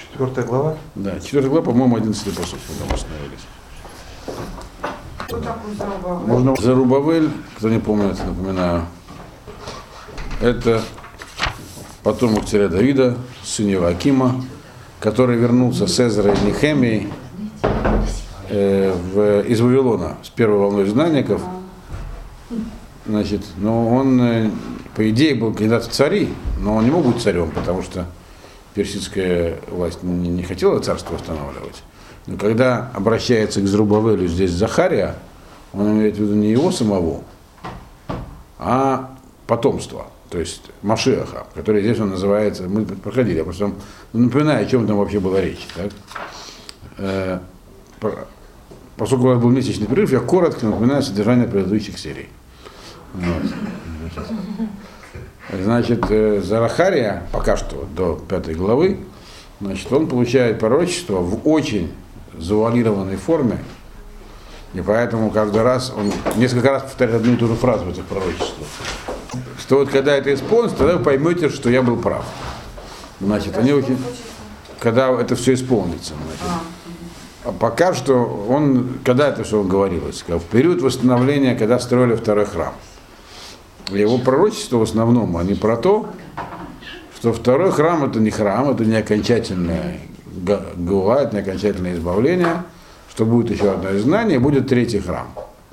4 глава? Да, 4 глава, по-моему, 11 посуд, мы остановились. Кто такой Зарубавель? Можно Зарубавель, кто не помнит, напоминаю, это потомок царя Давида, сын Иоакима, который вернулся с Эзрой и Нехемией из Вавилона с первой волной изгнанников. Значит, но он, по идее, был кандидат в цари, но он не мог быть царем, потому что персидская власть не хотела царство восстанавливать. Но когда обращается к Зарубавелю здесь Захария, он имеет в виду не его самого, а потомство, то есть Машиаха, который здесь он называется, мы проходили, я просто напоминаю, о чем там вообще была речь. Так? Поскольку у вас был месячный перерыв, я коротко напоминаю содержание предыдущих серий. Вот. Значит, Захария, пока что до 5 главы, значит, он получает пророчество в очень завуалированной форме, и поэтому каждый раз, он несколько раз повторяет одну и ту же фразу в этих пророчествах. Что вот когда это исполнится, тогда вы поймете, что я был прав. Значит, они очень... Когда это все исполнится. Значит. А пока что он, когда это все говорилось? В период восстановления, когда строили второй храм. Его пророчества в основном, они про то, что второй храм это не храм, это не окончательное гаула, это не окончательное избавление, что будет еще одно изгнание, будет третий храм.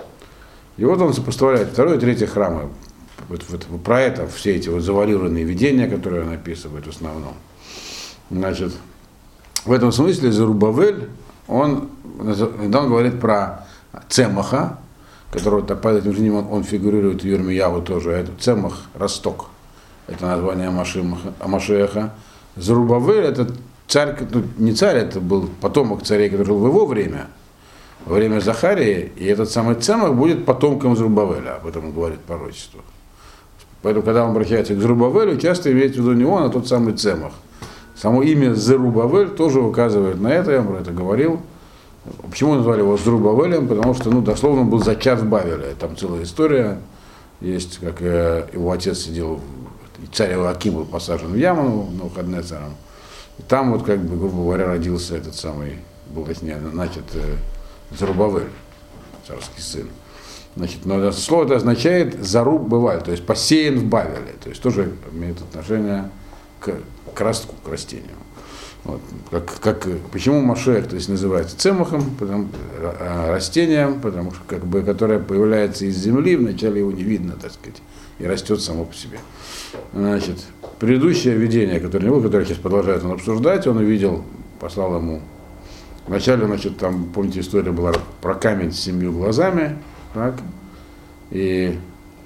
И вот он сопоставляет второй и третий храмы. Вот про это все эти вот завуалированные видения, которые он описывает в основном. Значит, в этом смысле Зарубавель, он говорит про Цемаха, которого под этим же ним он фигурирует в Йирмияву тоже, это Цемах, росток, это название Машиаха. Зарубавель это царь, ну, не царь, это был потомок царей, который жил в его время, во время Захарии, и этот самый Цемах будет потомком Зарубавеля, об этом говорит пророчество. Поэтому, когда он обращается к Зарубавелю, часто имеется в виду не он, а тот самый Цемах. Само имя Зарубавель тоже указывает на это, я вам про это говорил. Почему назвали его Зарубавелем? Потому что, ну, дословно был зачат в Бавеле. Там целая история есть, как его отец сидел, царь Иоаким был посажен в яму Навуходоносором. И там вот, как бы, грубо говоря, родился этот самый, был, точнее, значит, Зарубавель, царский сын. Значит, но слово это означает Зарубавель, то есть посеян в Бавеле. То есть тоже имеет отношение к ростку, к растению. Вот. Почему Машиах, то есть, называется Цемахом, растением, потому что, как бы, которое появляется из земли, вначале его не видно, так сказать, и растет само по себе. Значит, предыдущее видение, которое сейчас продолжает он обсуждать, он увидел, послал ему, вначале, значит, там, помните, история была про камень с 7 глазами, так, и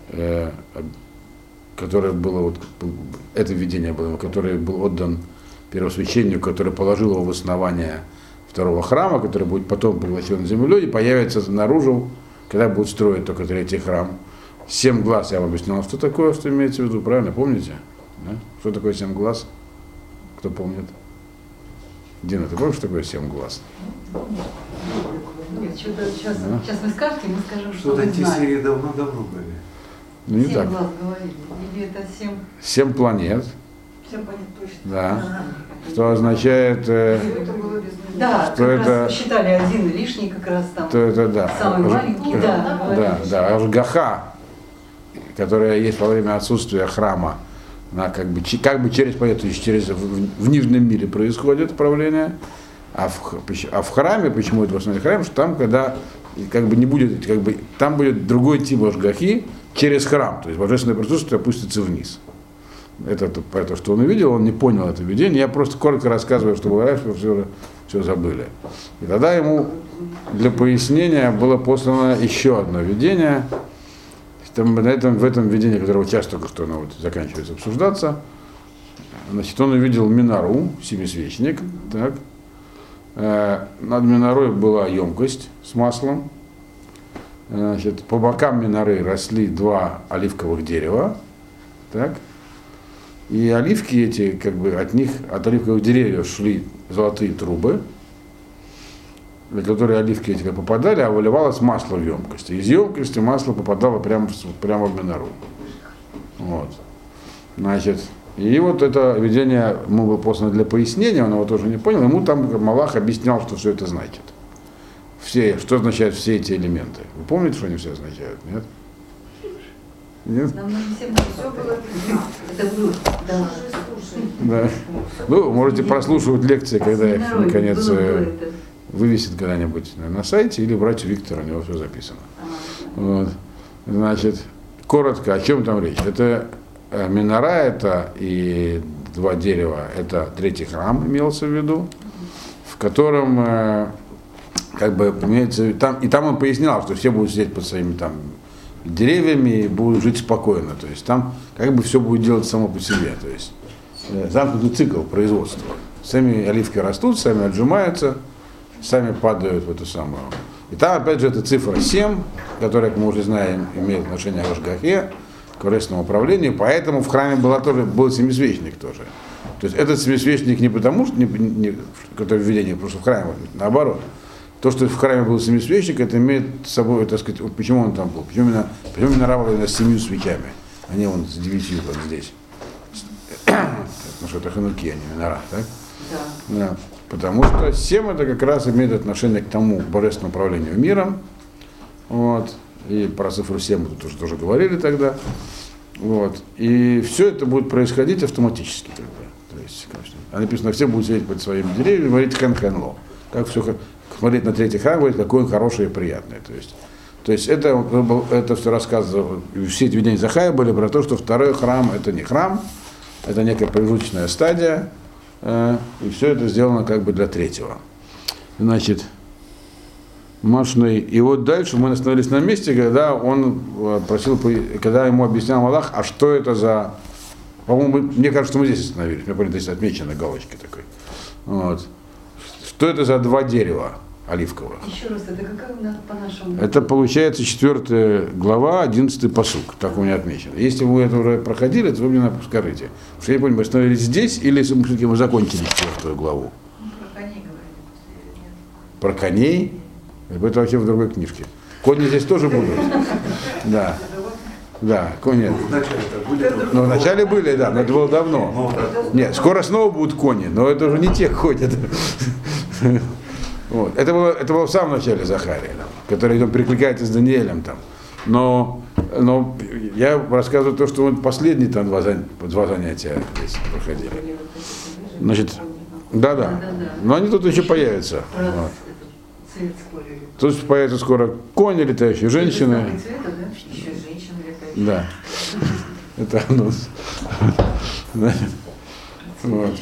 которое было, вот, это видение было, которое был отдан первосвященнику, который положил его в основание второго храма, который будет потом поглощен землей и появится наружу, когда будут строить только третий храм. 7 глаз, я вам объяснял, что такое, что имеется в виду, правильно, помните? Да? Что такое 7 глаз? Кто помнит? Дина, ты помнишь, что такое 7 глаз? Нет, сейчас вы скажете, мы скажем, что Что-то вы эти знаете. серии давно были. Ну не 7 так. глаз говорили, или это 7? 7 планет, 7 понятно точно. да, что означает, Это было без да, что как это, раз посчитали один лишний, как раз там. что это, да, Самый маленький, да. да, Ашгаха, которая есть во время отсутствия храма, она как бы через планету, в нижнем мире происходит управление, а в храме, почему это в основном храм, что там, когда как бы не будет, как бы, там будет другой тип Ашгахи через храм, то есть божественное присутствие опустится вниз. Это что он увидел, он не понял это видение, я просто коротко рассказываю, чтобы вы все забыли. И тогда ему для пояснения было послано еще одно видение. В этом видении, которое сейчас только что оно вот заканчивается обсуждаться, значит, он увидел минару, семисвечник, так. Над минарой была емкость с маслом. Значит, по бокам минары росли 2 оливковых дерева. Так. И оливки эти, как бы от оливковых деревьев шли золотые трубы, на которые оливки эти попадали, а выливалось масло в емкость. Из емкости масло попадало прямо в минару. Вот. Значит, И вот это видение ему было послано для пояснения, он его тоже не понял, ему там Малах объяснял, что все это значит. Что означают все эти элементы. Вы помните, что они все означают, нет? Нет? Нам всем все было. Это было. Да. Да. Ну, можете прослушивать лекции, когда их наконец вывесят когда-нибудь на сайте, или брать у Виктора, у него все записано. Вот. Значит, коротко, о чем там речь? Это минора, это и два дерева, это третий храм имелся в виду, в котором как бы имеется, там он пояснял, что все будут сидеть под своими там деревьями и будут жить спокойно. То есть там как бы все будет делать само по себе. То есть замкнутый цикл производства. Сами оливки растут, сами отжимаются, сами падают в эту самую. И там опять же эта цифра 7, которая, как мы уже знаем, имеет отношение к Ашгахе, к божественному управлению, поэтому в храме был семисвечник тоже. То есть этот семисвечник не потому, что который в видении, просто в храме, наоборот. То, что в храме был семисвечник, это имеет с собой, так сказать, почему он там был, почему именно Рава с 7 свечами, а не он с 9 вот здесь. Потому что это хануки, а не минора, так? Да. Потому что 7 это как раз имеет отношение к тому божественному управлению миром. Вот. И про цифру 7 мы тут тоже говорили тогда. Вот. И все это будет происходить автоматически. Как бы. То есть, написано, все будут сидеть под своими деревьями и говорить хэн-хэн-ло. Как все смотреть на третий храм, говорит, какой он хороший и приятный. То есть это все рассказывало, все эти видения Захая были про то, что второй храм это не храм, это некая промежуточная стадия, и все это сделано как бы для третьего. Значит, Машный. И вот дальше мы остановились на месте, когда он просил, когда ему объяснял Малах, а что это за... По-моему, мне кажется, что мы здесь остановились. Мне помню, здесь отмечено галочкой такой. Вот. Что это за два дерева оливковых? Еще раз, это какая у нас по-нашему? Это получается 4 глава, 11 пасук. Так у меня отмечено. Если вы это уже проходили, то вы мне скажите. Потому что я не помню, мы остановились здесь, или все-таки мы закончили 4 главу? Про коней говорили. Про коней? Это вообще в другой книжке. Кони здесь тоже будут. Да. Да, кони. Но вначале были, да, но это было давно. Нет, скоро снова будут кони, но это уже не те ходят. Вот. Это было в самом начале Захария, который перекликается с Даниэлем там. Но я рассказываю то, что он последние там два занятия здесь проходили. Значит, да. Но они тут еще появятся. Вот. Тут появятся скоро кони летающие, женщины. Еще женщины летающие. Да. Это анонс. Вот.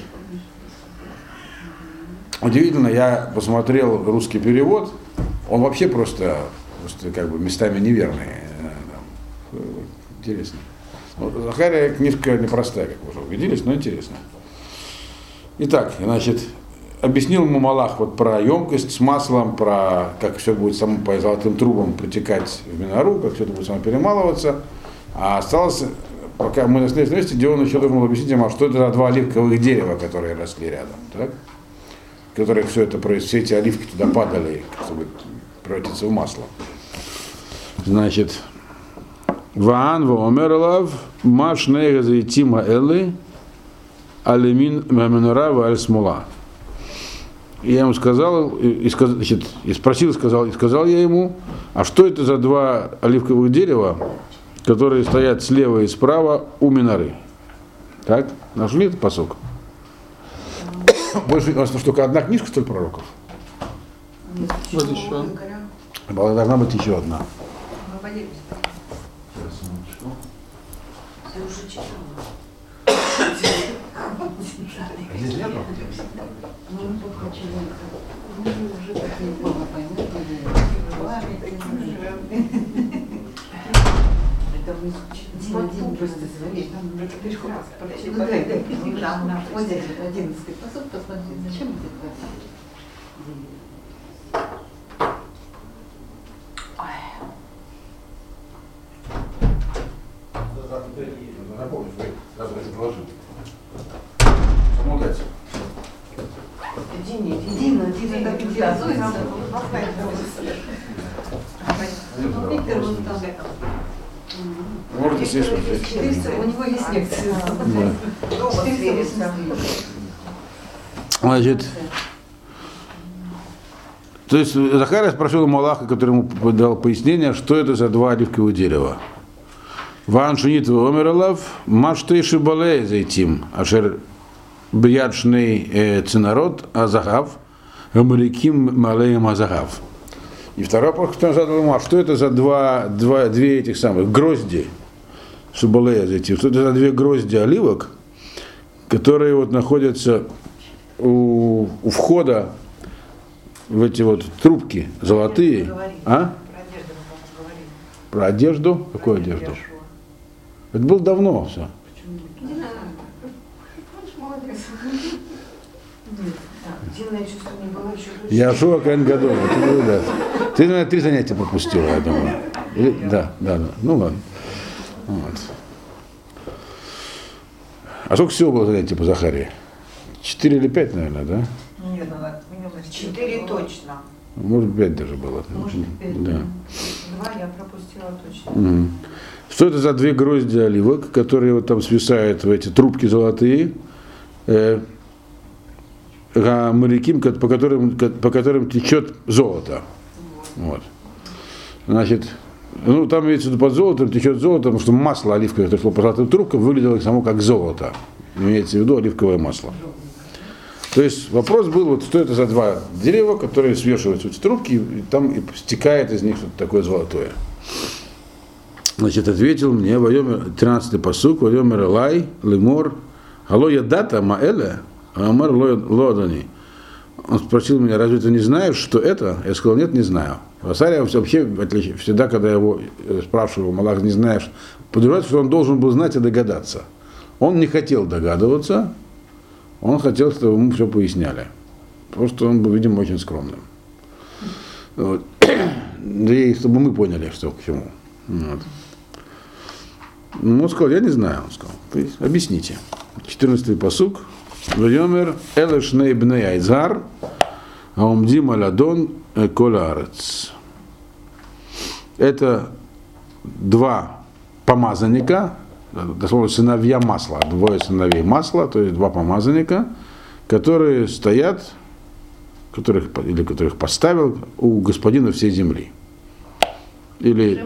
Удивительно, я посмотрел русский перевод, он вообще просто как бы местами неверный. Интересно. Захария книжка непростая, как вы уже убедились, но интересно. Итак, значит, объяснил ему Малах вот про емкость с маслом, про как все будет само по золотым трубам протекать в минору, как все это будет само перемалываться. А осталось, пока мы на следующем месте, где он еще должен был объяснить ему, что это за два оливковых дерева, которые росли рядом, так? Которые все эти оливки туда падали, чтобы превратиться в масло. Значит, Ваан Ваомерлав Машнега Заитима Элли Алимин Маминора Валь Смола. И я ему сказал, сказал я ему, а что это за два оливковых дерева, которые стоят слева и справа у миноры? Так, нашли этот пасук? Больше у нас только одна книжка, что ли, пророков? Вот еще. Должна быть еще одна. Здесь нету? Один просто смотреть. Ну дай, вот здесь 11 посуд, посмотри, зачем это 20? Напомню, вы даже это положили. Помогайте. Дина так интересуется. Виктор, вот там. Можете сесть вот здесь. 400, у него есть лекция. Да. 400. Значит, то есть Захария спросил у Малаха, который ему дал пояснение, что это за два оливковых дерева. Ван шунит омерлав, маштейши балей зайтим, ашер бьядшный цинарод азахав, амаликим малеем азахав. И второй вопрос, который он задал ему, что это за две этих самых грозди, шибалея зайтим, что это за две грозди оливок, которые вот находятся у входа в эти вот трубки золотые. А? Про одежду? Какую одежду? Это было давно все. Я шо, Коэн Гадоль. Ты, наверное, 3 занятия пропустила, я думаю. Да. Ну ладно. Вот. А сколько всего было занятий по Захарии? 4 или 5, наверное, да? Нет, минимум 4 точно. Может, 5 даже было. Может, 5. Да. 2 я пропустила точно. Что это за две грозди оливок, которые вот там свисают в эти трубки золотые, моряки, по которым течет золото. Вот. Значит, ну там имеется в виду под золотом течет золото, потому что масло оливковое, которое шло по золотым трубкам, выглядело само как золото. Имеется в виду оливковое масло. То есть вопрос был, вот, что это за два дерева, которые свешиваются в эти трубки, и там и стекает из них что-то такое золотое. Значит, ответил мне, 13-й пасук, Вайомер Элай, Лемор, Алло ядата маэле, Амар лодани. Он спросил меня, разве ты не знаешь, что это? Я сказал, нет, не знаю. Васария вообще, всегда, когда я его спрашивал, Малах, не знаешь, подразумевается, что он должен был знать и догадаться. Он не хотел догадываться, он хотел, чтобы ему все поясняли. Просто он был, видимо, очень скромным. Вот. Да и чтобы мы поняли, что к чему. Вот. Ну, он сказал, я не знаю, он сказал, объясните. 14-й пасук. Вайомер элешней бней айзар, аумдим аладон коларец. Это два помазанника, дословно сыновья масла, двое сыновей масла, то есть два помазанника, которые стоят, которых поставил у господина всей земли. Или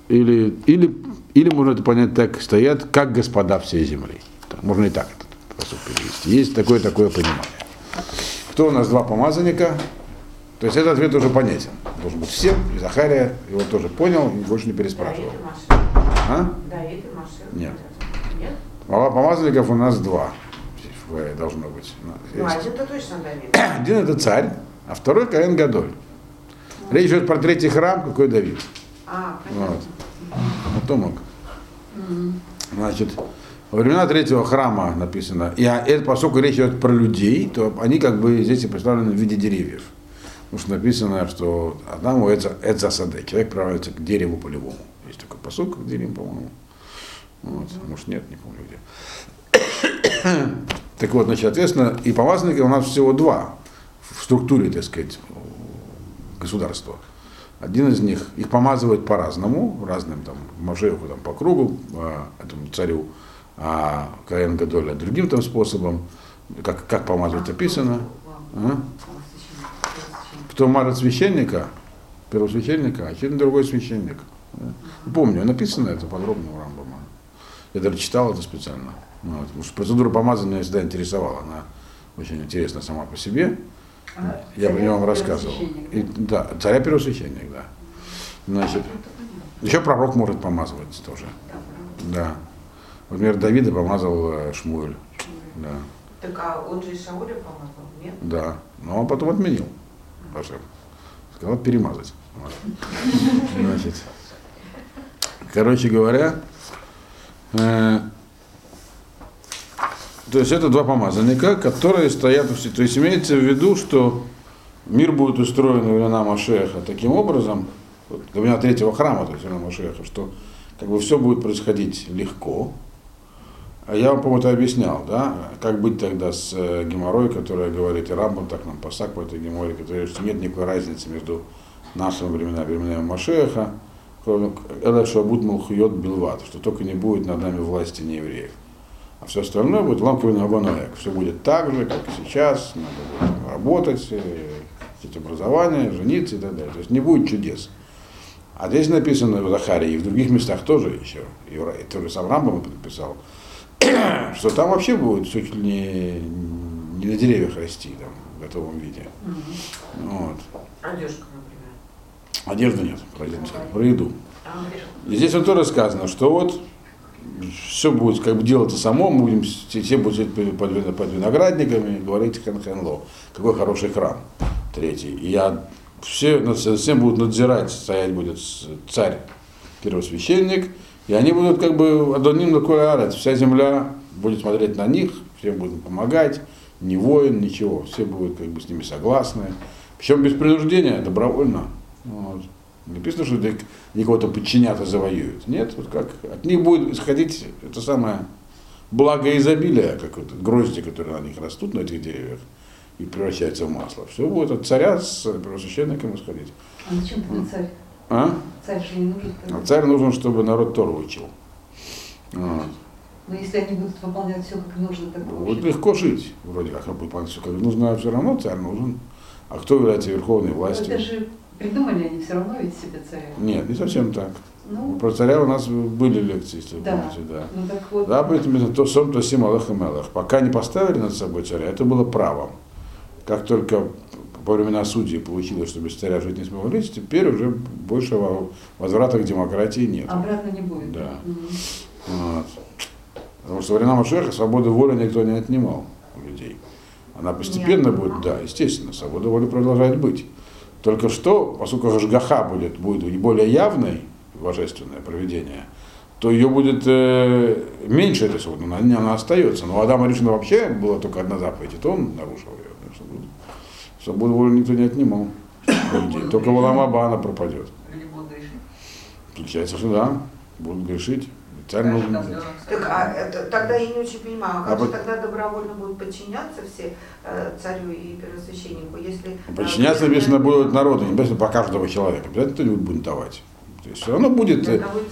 можно это понять так, стоят как господа всей земли. Можно и так этот посуд перевести. Есть такое понимание. Кто у нас два помазанника? То есть этот ответ уже понятен. Должен быть всем, и Захария его тоже понял, и больше не переспрашивал. А? Нет. Помазанников у нас два. Должно быть. Ну, один это точно Давид. Один это царь, а второй Коэн Гадоль. Речь идет про третий храм, какой Давид. Вот. Потомок. Значит, во времена третьего храма написано, и это, поскольку речь идет про людей, то они как бы здесь и представлены в виде деревьев. Потому что написано, что Адаму Эдзасаде, человек правится к дереву полевому. Есть такой посуд, как деревьям, по-моему. Вот. Может, нет, не помню где. Так вот, значит, соответственно, и помазанника у нас всего два в структуре, так сказать, государства. Один из них, их помазывают по-разному, разным там, Машеху там, по кругу, этому царю, а Коэн Гадоль другим там способом, как помазывать описано. Кто мажет священника, первосвященника, а один другой священник. Помню, написано это подробно у Рамбама. Я даже читал это специально. Вот, потому что процедура помазания меня всегда интересовала. Она очень интересна сама по себе. Я про нее вам рассказывал. И, да, царя первосвященник, да. Значит, еще пророк может помазывать тоже. Да. Например, Давида помазал Шмуэль. Да. Так а он же и Шауля помазал, нет? Да. Но он потом отменил. Сказал перемазать. Вот. Значит, короче говоря, то есть это два помазанника, которые стоят у всех. То есть имеется в виду, что мир будет устроен во времена Машеха таким образом, вот, во времена третьего храма, то есть во времена Машеха, что как бы все будет происходить легко. А я вам, по-моему, это объяснял, да, как быть тогда с геморрой, которая говорит, и Рамбам так нам пасак по этой геморре, который говорит, что нет никакой разницы между нашими временами и временами Машеха, кроме Эла Шабут Малхуйот Билват, что только не будет над нами власти неевреев. А все остальное будет ламповый нагонаек. Все будет так же, как и сейчас. Надо будет работать, иметь образование, жениться и так далее. То есть не будет чудес. А здесь написано в Захарии и в других местах тоже еще. И тоже сам Рамбам написал, что там вообще будет все чуть ли не на деревьях расти там, в готовом виде. Вот. Одежка, например. Одежды нет, про еду. И здесь вот тоже сказано, что вот все будет как бы делаться само, мы будем, все будут сидеть под виноградниками и говорить хэн-хэн-ло. Какой хороший храм. Третий. И все всем будут надзирать, стоять будет царь, первосвященник, и они будут как бы адоним лакой арец. Вся земля будет смотреть на них, всем будут помогать, ни воин, ничего. Все будут как бы с ними согласны. Причем без принуждения, добровольно. Вот. Не написано, что они кого-то подчинят и завоюют. Нет, вот как от них будет исходить это самое благоизобилие, как вот грозди, которые на них растут, на этих деревьях, и превращаются в масло. Все будет от царя с первосвященником исходить. А зачем тогда царь? А? Царь же не нужен. А царь нужен, чтобы народ Тору учил. Вот. Но если они будут выполнять все как нужно, так Вот легко жить, вроде как выполнять все как нужно, а все равно царь нужен. А кто является верховной властью? Это же придумали они все равно ведь себе царя. Нет, не совсем так. Ну, Про царя у нас были лекции, если вы да. помните, да. Ну, так вот. Да, поэтому то сом, то сим Аллах и Мелах. Пока не поставили над собой царя, это было правом. Как только во времена судей получилось, что без царя жить не смогли, теперь уже больше возврата к демократии нет. Обратно не будет. Да. Вот. Потому что во времена Машеха свободу воли никто не отнимал у людей. Она постепенно будет, да, естественно, свобода воли продолжает быть. Только что, поскольку Гашгаха будет более явной, божественное провидение, то ее будет меньше этой свободы, она остается. Но у Адама Ришина вообще была только одна заповедь, и то он нарушил ее. Свободу воли никто не отнимал. Только в Олам Аба она пропадет. Люди будут грешить. Получается, что да, будут грешить. Царь нужен. Так, тогда я не очень понимаю, а как А же тогда добровольно будут подчиняться все царю и первосвященнику, если... Подчиняться, написано, будут народу, не обязательно по каждого человека, обязательно кто-нибудь бунтовать. То есть все равно будет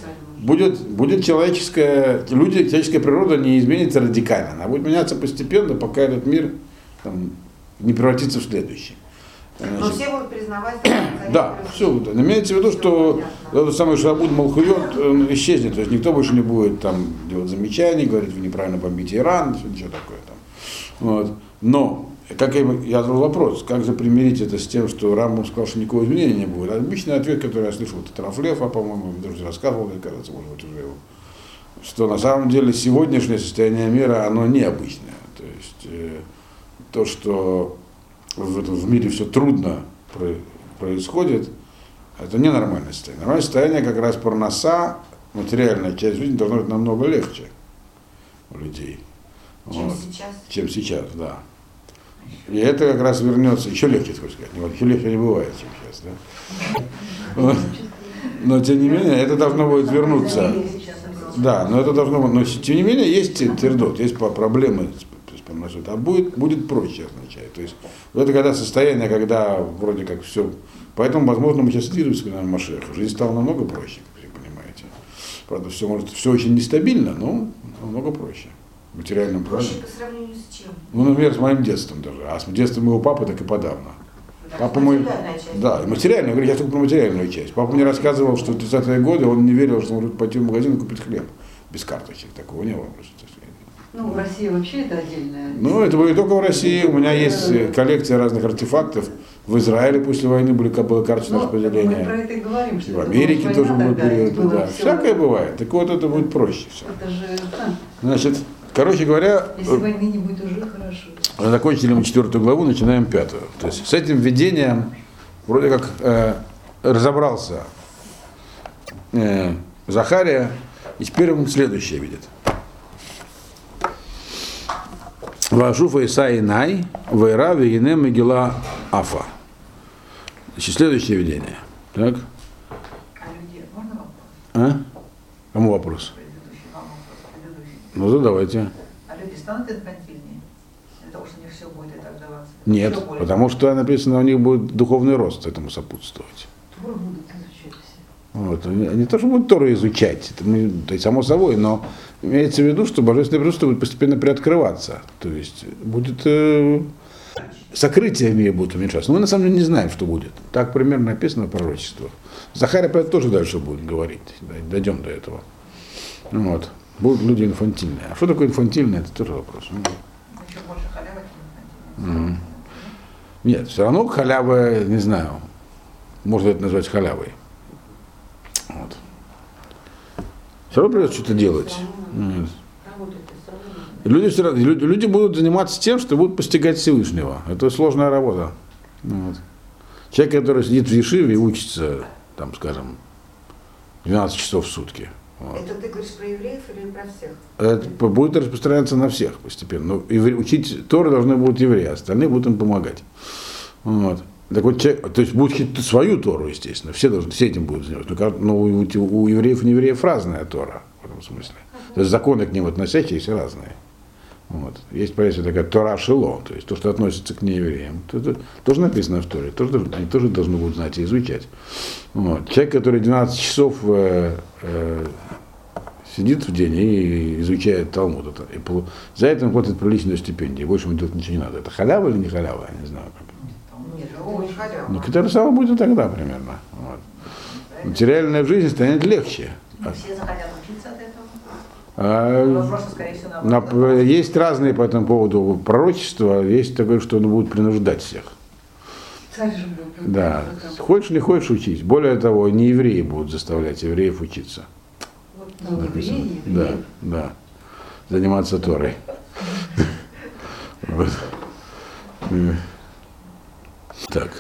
человеческая природа не изменится радикально, она будет меняться постепенно, пока этот мир там, не превратится в следующий. Но все будут признавать... Да, все. Имеется в виду, что этот самый Шабут Малхуйот исчезнет, то есть никто больше не будет там делать замечаний, говорить, вы неправильно бомбите Иран, ничего такое там. Вот. Но, как я задал вопрос, как же примирить это с тем, что Рамбам сказал, что никакого изменения не будет. Обычный ответ, который я слышал от Рафлефа, по-моему, даже рассказывал, кажется, может быть, уже его, что на самом деле сегодняшнее состояние мира, оно необычное. То есть то, что в мире все трудно происходит, это не нормальное состояние. Нормальное состояние как раз парноса, материальная часть жизни должна быть намного легче у людей. Чем вот. сейчас? Чем сейчас, да. И это как раз вернется, еще легче, так сказать. Еще легче не бывает, чем сейчас, да. Но тем не менее, это должно будет вернуться. Да, но это должно быть. Но тем не менее, есть твердот, есть проблемы. А будет проще, означает. То есть это когда состояние, когда вроде как все. Поэтому, возможно, мы сейчас движемся к Машеху. Жизнь стала намного проще, как вы понимаете. Правда, все очень нестабильно, но намного проще. В материальном плане. Проще по сравнению с чем? Ну, например, с моим детством даже. А с детством моего папы так и подавно. Папа мой, да, и материальную, я говорю, я только про материальную часть. Папа мне рассказывал, что в 30-е годы он не верил, что может пойти в магазин и купить хлеб. Без карточек. Такого не было просто. Ну, в России вообще это отдельная. Ну, это было не только в России. У меня есть коллекция разных артефактов. В Израиле после войны было карточное распределение. Мы про это и говорим, что и в Америке тоже был период. Да. Все. Всякое бывает. Так вот, это будет проще все. Это же, да. Значит, короче говоря, Если войны не будет, уже хорошо. закончили мы 4 главу, начинаем 5. То есть с этим введением вроде как разобрался Захария, и теперь он следующее видит. Вашуфа Исаи Най, Вайра Вегине Мегила Афа. Значит, следующее видение. Так. А люди, можно вопрос? А? Кому вопрос? Предыдущий вам вопрос, предыдущий. Ну, задавайте. А люди станут инфантильнее? Для того, что у них все будет и так даваться? Нет, Всё будет. потому что написано, у них будет духовный рост этому сопутствовать. Тур будут изучать все. Вот. Не то, что будут Тору изучать, это само собой, но имеется в виду, что божественное присутствие будет постепенно приоткрываться. То есть будет сокрытие мира будет уменьшаться. Но мы на самом деле не знаем, что будет. Так примерно написано в пророчествах. Захария про это тоже дальше будет говорить. Дойдем до этого. Вот. Будут люди инфантильные. А что такое инфантильное, это тоже вопрос. Еще больше халявы, чем инфантильные. Нет, все равно халява, не знаю, можно это назвать халявой. Вот. Все равно придется что-то делать. Люди будут заниматься тем, что будут постигать Всевышнего. Это сложная работа. Вот. Человек, который сидит в Ешиве и учится, там, скажем, 12 часов в сутки. Вот. Это ты говоришь про евреев или про всех? Это будет распространяться на всех постепенно. Но учить Тору должны будут евреи, а остальные будут им помогать. Вот. Так вот, человек, то есть будет учить свою Тору, естественно, все этим будут заниматься. Но у евреев и неевреев разная Тора в этом смысле. То есть законы к ним относящиеся разные. Вот. Есть понятие такая Тора Шило, то есть то, что относится к неевреям. Это тоже написано в Торе, они тоже должны будут знать и изучать. Вот. Человек, который 12 часов сидит в день и изучает Талмуд, за это он платит приличную стипендию, больше ему делать ничего не надо. Это халява или не халява, я не знаю. Нет, это не халява. Ну, это самое будет и тогда примерно. Вот. Материальная жизнь станет легче. Не все захотят учиться от этого. Вопрос, скорее всего, наоборот. Есть разные по этому поводу пророчества, есть такое, что он будет принуждать всех. Царь же был. Да. Хочешь, не хочешь учись. Более того, не евреи будут заставлять евреев учиться. Ну, евреи. Да. Заниматься Торой. Так.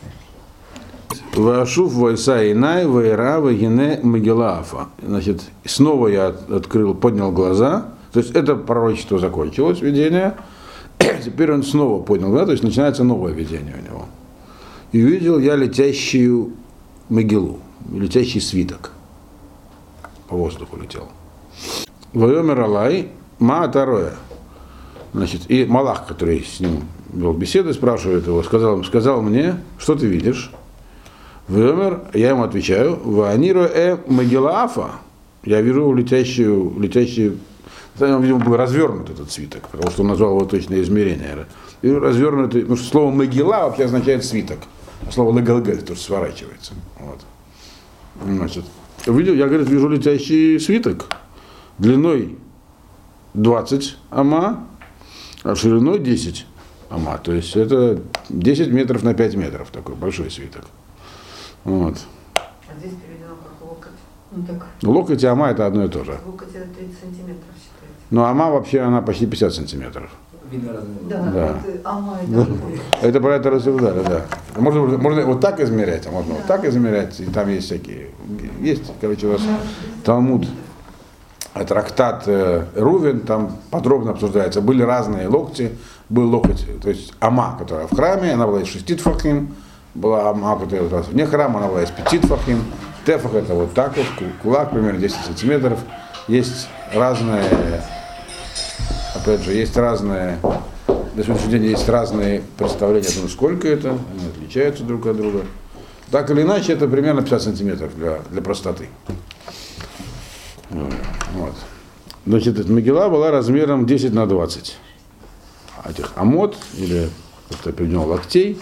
Вашув войса инай, вайра, вагине, магилафа. Значит, снова я поднял глаза. То есть это пророчество закончилось, видение. Теперь он снова поднял глаза, то есть начинается новое видение у него. И увидел я летящую могилу, летящий свиток. По воздуху летел. Вайомер Алай, ма тароя. Значит, и Малах, который с ним вел беседу, спрашивает его, сказал мне, что ты видишь? Вайомер, я ему отвечаю, ваниро могилаафа. Я вижу летящий, видимо, был развернут этот свиток, потому что он назвал его точное измерение. И развернутый, потому что слово могила вообще означает свиток. А слово легалгель тоже сворачивается. Вот. Значит, я, говорит, вижу летящий свиток длиной 20 ама, а шириной 10 ама. То есть это 10 метров на 5 метров, такой большой свиток. Вот. А здесь переведено как локоть. Ну, так. Локоть и ама это одно и то же. Локоть это 30 сантиметров считается. Но ама вообще она почти 50 сантиметров. Да. Да. Ама это Это про это рассуждали, да. Можно вот так измерять, а можно вот так измерять, и там есть всякие. Есть, короче, у вас Талмуд, трактат Рувен, там подробно обсуждается. Были разные локти, был локоть, то есть ама, которая в храме, она была из 6 тфахим, была ама, которая вне храма, она была из 5 тфахим. Тефах это вот так вот, кулак примерно 10 сантиметров. Есть разные, опять же, есть разные, на сегодняшний день есть разные представления о том, сколько это, они отличаются друг от друга. Так или иначе, это примерно 50 сантиметров для простоты. Вот. Значит, эта могила была размером 10 на 20. Этих амот, или как-то переведено локтей,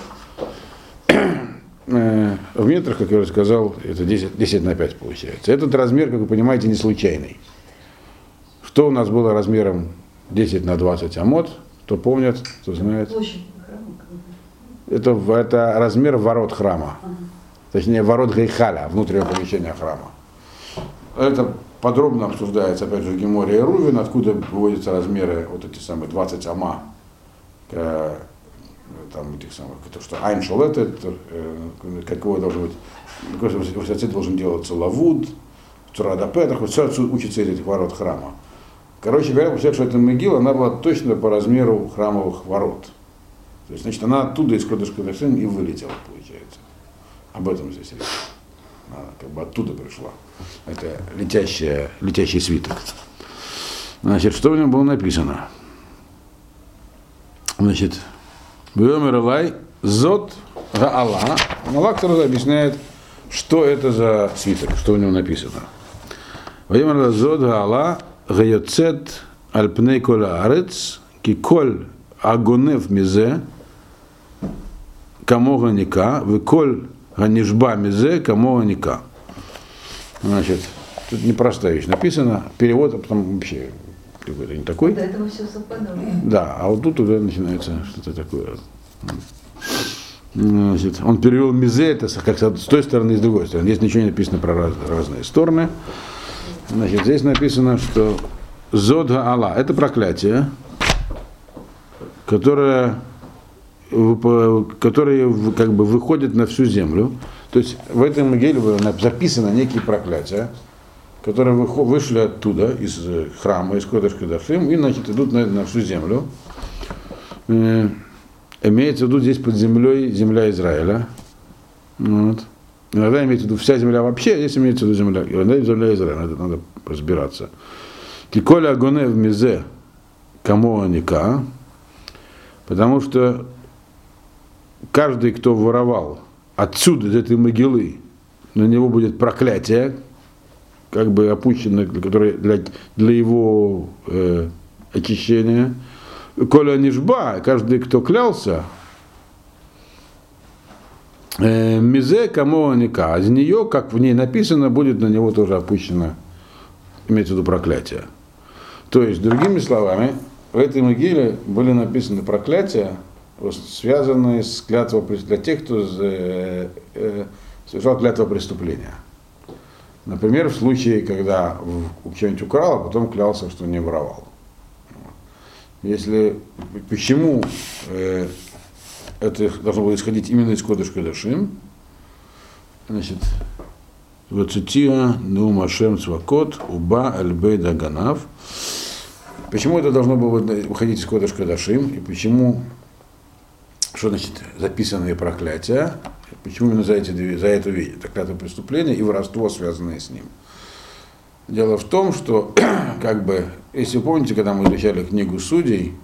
в метрах, как я уже сказал, это 10 на 5 получается. Этот размер, как вы понимаете, не случайный. Что у нас было размером 10 на 20 амот, кто помнит, кто знает. площадь храма. Это размер ворот храма. Точнее, ворот Гейхаля, внутреннего помещения храма. Это подробно обсуждается, опять же, в Геморе и Рувен, откуда выводятся размеры вот эти самые 20 ама, там этих самых, то, что Айншел это какого должен быть, какой высоте должен делаться лавуд, Цурадапетах, вот все учится из этих ворот храма. Короче говоря, получается, что эта могила, она была точно по размеру храмовых ворот. То есть, значит, она оттуда из Кодыш-Кодыш и вылетела, получается. Об этом здесь речь. Она как бы оттуда пришла. Это летящий свиток. Значит, что в нем было написано? Значит, Бьомер Элай, Зот Гаала. Малак сразу объясняет, что это за свиток, что у него написано. Ваимар зод гаала гайоцет альпней кола арец киколь агонев мизе камога ника выколь ганишба мизе камога ника. Значит, тут непростая вещь написана, перевод, а потом вообще какой-то не такой. До этого все совпадало. Да, а вот тут уже начинается что-то такое. Значит, он перевел мизе, это как с той стороны и с другой стороны. Здесь ничего не написано про разные стороны. Значит, здесь написано, что зод гаала, это проклятие, которое как бы выходит на всю землю. То есть в этой могиле записано некие проклятия, которые вышли оттуда, из храма, из Кодеш Кодашим, и, значит, идут на всю землю. Имеется в виду здесь под землей земля Израиля. Вот. Иногда имеется в виду вся земля вообще, здесь имеется в виду земля, иногда земля Израиля, надо разбираться. Киколя агоне в мизе камоа ника, потому что каждый, кто воровал отсюда, из этой могилы, на него будет проклятие, как бы опущено, которое для его очищения. Коля нишба, каждый, кто клялся, мизе камоа ника, из нее, как в ней написано, будет на него тоже опущено, имеется в виду проклятие. То есть, другими словами, в этой могиле были написаны проклятия, связанные с клятвой для тех, кто совершал клятву преступления. Например, в случае, когда что-нибудь украл, а потом клялся, что не воровал. Почему это должно было исходить именно из Кодеш Кодашим? Значит, Вацутия Нумашем Цвакот Уба Альбей Даганав. Почему это должно было выходить из Кодеш Кодашим? И почему, что значит записанные проклятия? Почему именно за эту вещь? Это клятва преступления и воровство, связанное с ним. Дело в том, что, как бы, если вы помните, когда мы изучали книгу Судей,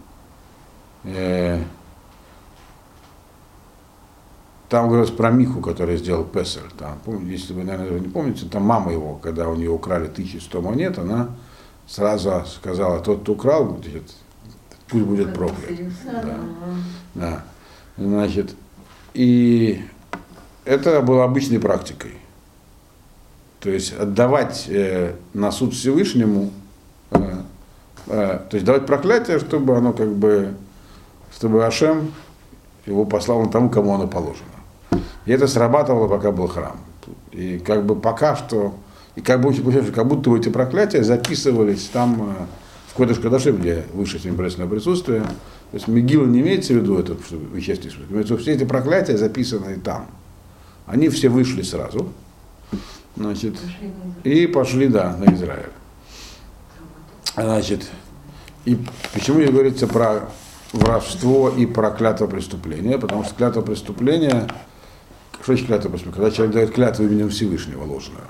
там говорилось про Миху, который сделал Песер. Там, если вы, наверное, не помните, там мама его, когда у нее украли 1100 монет, она сразу сказала: тот, кто украл, пусть будет проклят. Да. Значит, и это было обычной практикой. То есть отдавать на суд Всевышнему, то есть давать проклятие, чтобы оно как бы, чтобы Ашем его послал на тому, кому оно положено. И это срабатывало, пока был храм. И как бы пока что, и как будто эти проклятия записывались там в Кодеш Кодашим, где высшее божественное присутствие. То есть Мегилла не имеется в виду это, что вещественное, имеется в виду все эти проклятия, записанные там. Они все вышли сразу. Значит, и пошли, да, на Израиль. Значит, и почему здесь говорится про воровство и про клятву преступления? Потому что клятва преступления, что значит клятва преступления? Когда человек дает клятву именем Всевышнего ложную.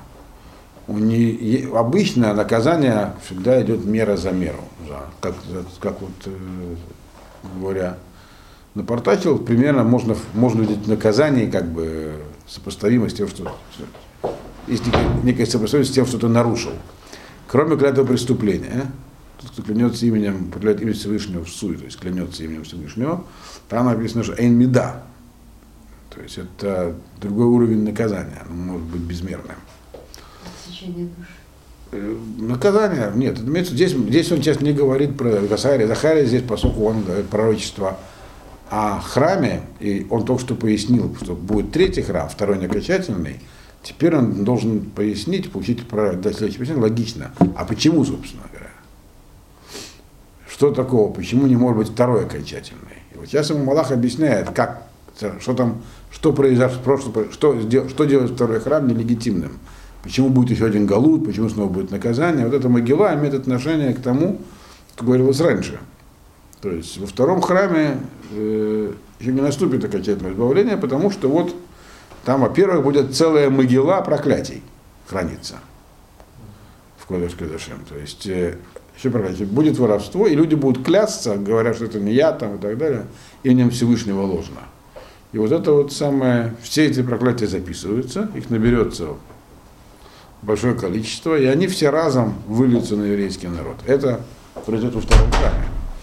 Обычно наказание всегда идет мера за меру. Как вот, говоря, напортачил, примерно можно видеть наказание как бы сопоставимо с тем, что есть некая сопоставимость с тем, что ты нарушил. Кроме клятвы преступления, тот, кто клянется именем, предлагает имя Всевышнего в суе, то есть клянется именем Всевышнего, там написано, что эйн мида. То есть это другой уровень наказания, оно может быть безмерным. Отсечение души. Наказание, нет, здесь он сейчас не говорит про Захария. Захария здесь, поскольку он говорит пророчество о храме, и он только что пояснил, что будет третий храм, второй неокончательный. Теперь он должен пояснить, получить следующее пояснение логично. А почему, собственно говоря? Что такого? Почему не может быть второй окончательный? И вот сейчас ему Малах объясняет, что произошло, что делает второй храм нелегитимным. Почему будет еще один галут, почему снова будет наказание. Вот эта могила имеет отношение к тому, что говорилось раньше. То есть во втором храме еще не наступит окончательное избавление, потому что вот там, во-первых, будет целая могила проклятий храниться в Кодеш Кодашим. То есть, еще проклятие, будет воровство, и люди будут клясться, говоря, что это не я, там, и так далее, именем Всевышнего ложно. И вот это вот самое, все эти проклятия записываются, их наберется большое количество, и они все разом выльются на еврейский народ. Это произойдет во втором храме.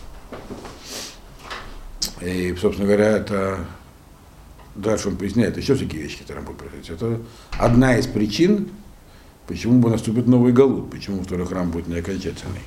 И, собственно говоря, это дальше он поясняет еще всякие вещи, которые будут происходить. Это одна из причин, почему бы наступит новый галут, почему второй храм будет не окончательный.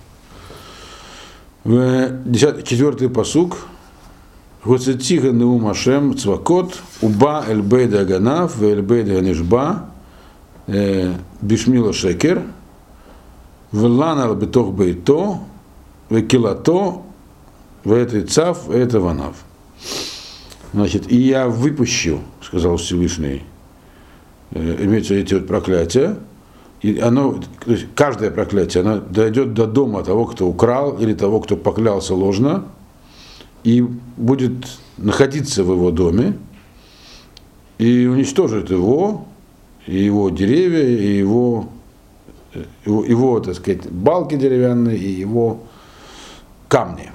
4-й пасук. Гоцетига неум Ашем цвакот, уба эльбейда ганав, эльбейда ганишба, бишмила шекер, вланал битох бейто, векилато, вэтэй цав, вэтэй ванав. Значит, и я выпущу, сказал Всевышний, имеются эти вот проклятия, и оно, то есть каждое проклятие, оно дойдет до дома того, кто украл, или того, кто поклялся ложно, и будет находиться в его доме, и уничтожит его, и его деревья, и его, так сказать, балки деревянные, и его камни.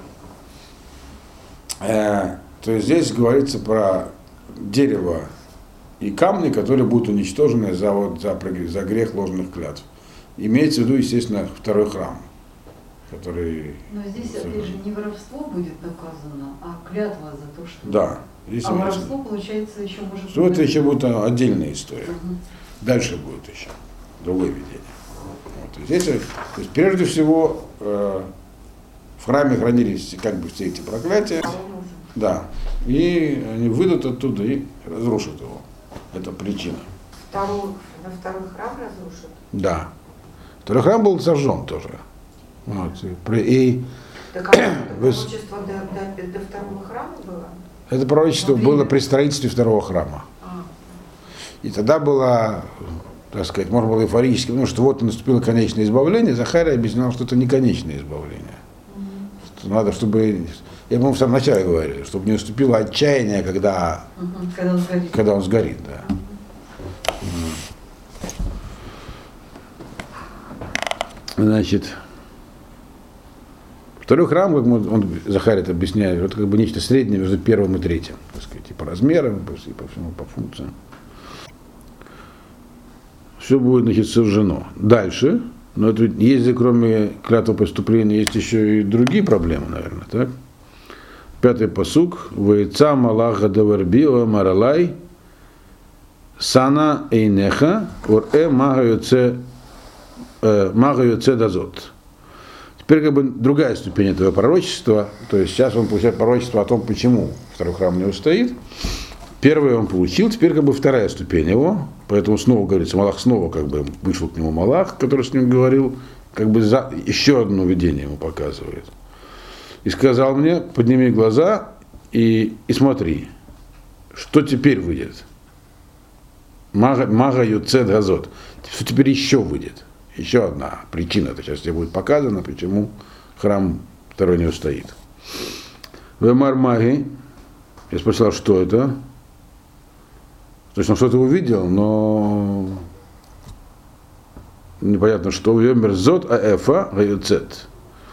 То есть здесь говорится про дерево и камни, которые будут уничтожены за грех ложных клятв. Имеется в виду, естественно, второй храм, который... Но здесь, опять же, не воровство будет наказано, а клятва за то, что... Да. Здесь воровство, получается, еще может... Что это еще будет отдельная история. Дальше будет еще другое видение. Вот. Здесь, то есть, прежде всего, в храме хранились как бы все эти проклятия. Да. И они выйдут оттуда и разрушат его. Это причина. Второй храм разрушит? Да. Второй храм был сожжен тоже. Вот. И так пророчество до второго храма было? Это пророчество было при строительстве второго храма. И тогда было, так сказать, можно было эйфорически, потому что вот наступило конечное избавление. Захария объяснял, что это не конечное избавление. Что надо, чтобы, я, по-моему, в самом начале говорил, чтобы не наступило отчаяние, когда он сгорит. Да. Значит, второй храм, как Захарий это объясняет, это как бы нечто среднее между первым и третьим, так сказать, и по размерам, и по всему, по функциям. Все будет, значит, сожжено. Дальше, но это если кроме клятвы преступления есть еще и другие проблемы, наверное, так? 5-й пасук. Вейца малаха даварбила маралай сана эйнеха ур мага йоце дазот. Теперь как бы другая ступень этого пророчества, то есть сейчас он получает пророчество о том, почему второй храм не устоит. Первое он получил, теперь как бы вторая ступень его, поэтому снова говорится, Малах снова как бы вышел к нему Малах, который с ним говорил, как бы еще одно видение ему показывает. И сказал мне, подними глаза и смотри, что теперь выйдет. Мага юце дазот. Что теперь еще выйдет? Еще одна причина, это сейчас тебе будет показано, почему храм второй не устоит. Вемар маги, я спросил, что это? То есть он что-то увидел, но непонятно что. Вемер зот аэфа гаюцет.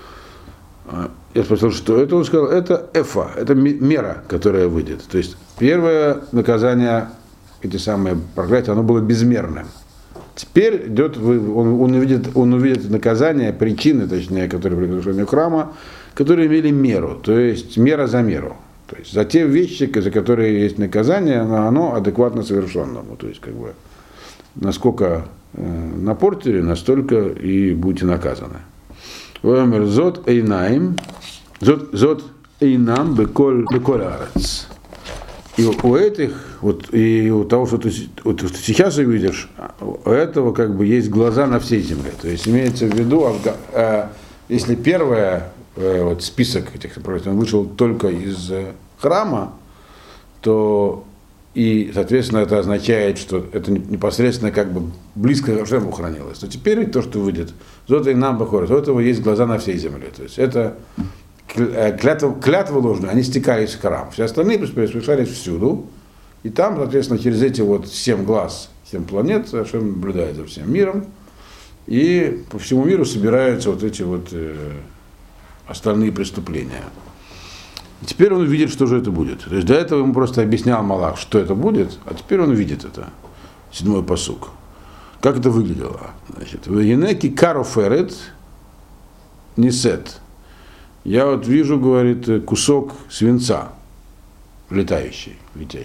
Я спросил, что это? Он сказал, это эфа, это мера, которая выйдет. То есть первое наказание, эти самые проклятия, оно было безмерным. Теперь идет, он увидит наказание, причины, точнее, которые при разрушении храма, которые имели меру, то есть мера за меру. То есть за те вещи, за которые есть наказание, оно адекватно совершенному. То есть как бы насколько напортили, настолько и будете наказаны. Зот эйнаим, зот эйнам беколь арец. И у этих, вот, и у того, что ты сейчас увидишь, у этого как бы есть глаза на всей земле. То есть имеется в виду, если первое, вот, список этих пророчеств, он вышел только из храма, то и, соответственно, это означает, что это непосредственно как бы близко к Ашему хранилось. То теперь то, что выйдет, зота и нам бахорит, у этого есть глаза на всей земле. То есть это клятвы ложные, они стекались в храм. Все остальные совершались всюду. И там, соответственно, через эти вот 7 глаз, 7 планет, Ашем наблюдает за всем миром. И по всему миру собираются вот эти вот остальные преступления. Теперь он видит, что же это будет. То есть до этого ему просто объяснял Малах, что это будет, а теперь он видит это. 7-й пасук. Как это выглядело? Значит, «Венеки кароферет несет». Я вот вижу, говорит, кусок свинца, летающий.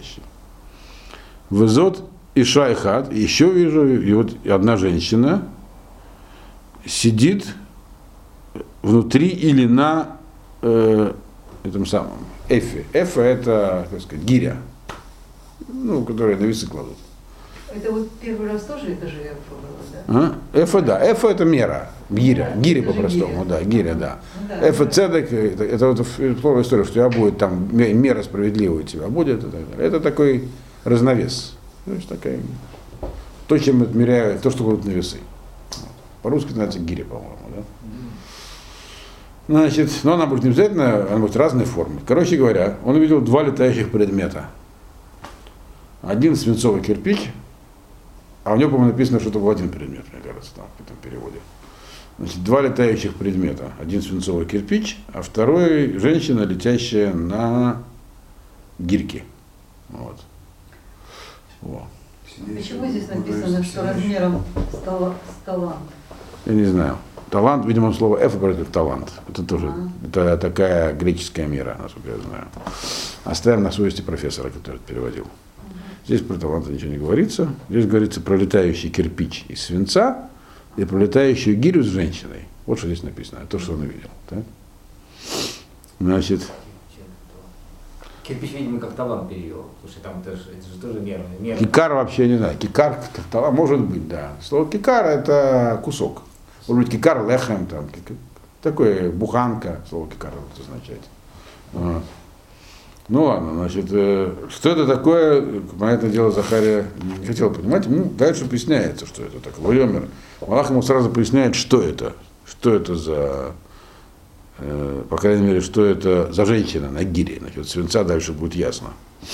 «Везот и шайхат». Еще вижу, и вот одна женщина сидит внутри или на этом самом эфе. Эфе это, так сказать, гиря, ну, которые на весы кладут. Это вот первый раз тоже это же эфа было, да? Эфа, да. Эфа это мера. Гиря. Да, Гиря это же по-простому, гиря. да. Гиря, да. Ну да. Эфа цедек, это вот слово история, что у тебя будет там мера справедливая у тебя будет. И так далее. Это такой разновес. То есть такая, то, чем отмеряют, то, что будут на весы. По-русски называется гиря, по-моему, да? Значит, но она будет не обязательно, она будет разной формы. Короче говоря, он увидел 2 летающих предмета. Один свинцовый кирпич, а у него, по-моему, написано, что это был один предмет, мне кажется, там в этом переводе. Значит, 2 летающих предмета. Один свинцовый кирпич, а второй женщина, летящая на гирьке. Вот. Во. Почему здесь написано, что размером талант? Я не знаю. Талант, видимо, слово F против талант. Это тоже это такая греческая мера, насколько я знаю. Оставим на совести профессора, который это переводил. Здесь про талант ничего не говорится. Здесь говорится про летающий кирпич из свинца и про летающую гирю с женщиной. Вот что здесь написано, то, что он увидел. Так? Значит. Кирпич, видимо, как талант перевел. Слушай, там это же тоже мера. Кикар вообще не знаю. Кикар, как талант, может быть, да. Слово кикар это кусок. Может быть, кикар лехем, там, такое буханка, слово кикар это означает. Вот. Ну ладно, значит, что это такое, понятное дело, Захария не хотел понимать, ему дальше поясняется, что это такое. Вайомер. Малах ему сразу поясняет, что это за, по крайней мере, что это за женщина на гире. Значит, свинца дальше будет ясно.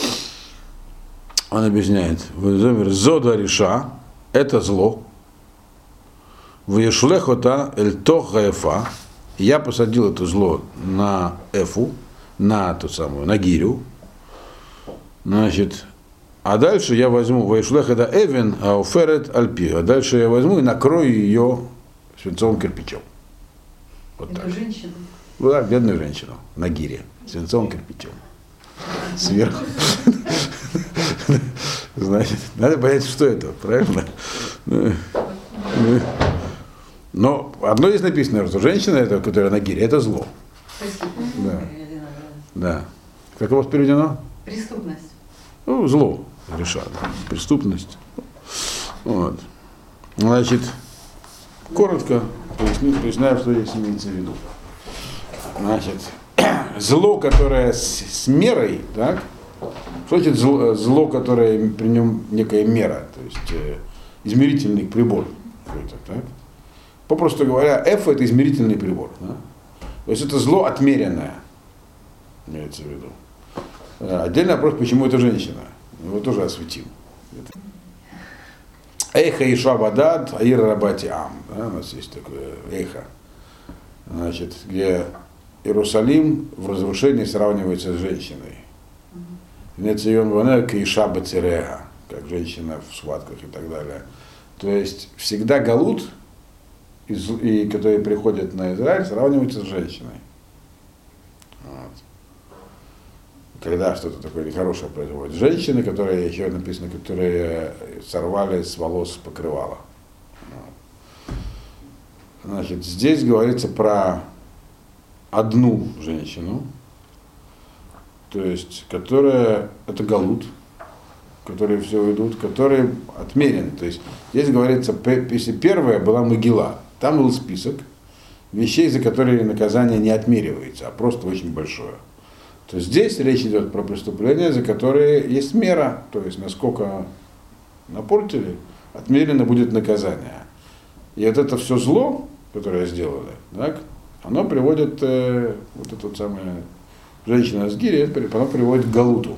Он объясняет, Вайомер, зода реша, это зло. Ваешлехота эль тох гаэфа. Я посадил это зло на эфу, на ту самую, на гирю. Значит, а дальше я возьму ваешлехота эвен ауферет альпи. А дальше я возьму и накрою ее свинцовым кирпичом. Вот Это так. женщина? Ну да, бедную женщину на гире, свинцовым кирпичом. Сверху. Значит, надо понять, что это, правильно? Но одно здесь написано, что женщина, это, которая на гире, это зло. Да. Да. Как у вас переведено? Преступность. Ну, зло решат. Преступность. Вот. Значит, коротко поясняю, что здесь имеется в виду. Значит, зло, которое с мерой, так? Что значит зло, которое при нем некая мера, то есть измерительный прибор какой-то, так? Попросту говоря, F это измерительный прибор. Да? То есть это зло отмеренное, имеется в виду. Отдельный вопрос, почему это женщина. Его тоже осветим. Эйха и Шабадад, Аир Рабати Ам. Да, у нас есть такое эйха. Значит, где Иерусалим в разрушении сравнивается с женщиной. Нецийон Ванека и Шаба Церега, как женщина в схватках и так далее. То есть всегда галут, и которые приходят на Израиль, сравниваются с женщиной. Вот. Когда что-то такое нехорошее производит. Женщины, которые, еще написано, которые сорвали с волос покрывала. Вот. Значит, здесь говорится про одну женщину, то есть, которая, это галут, которые все ведут, которые отмерены. То есть, здесь говорится, если первая была могила, там был список вещей, за которые наказание не отмеривается, а просто очень большое. То есть здесь речь идет про преступления, за которые есть мера, то есть насколько напортили, отмерено будет наказание. И вот это все зло, которое сделали, так, оно приводит, вот эта вот самая женщина с гири, оно приводит к галуту.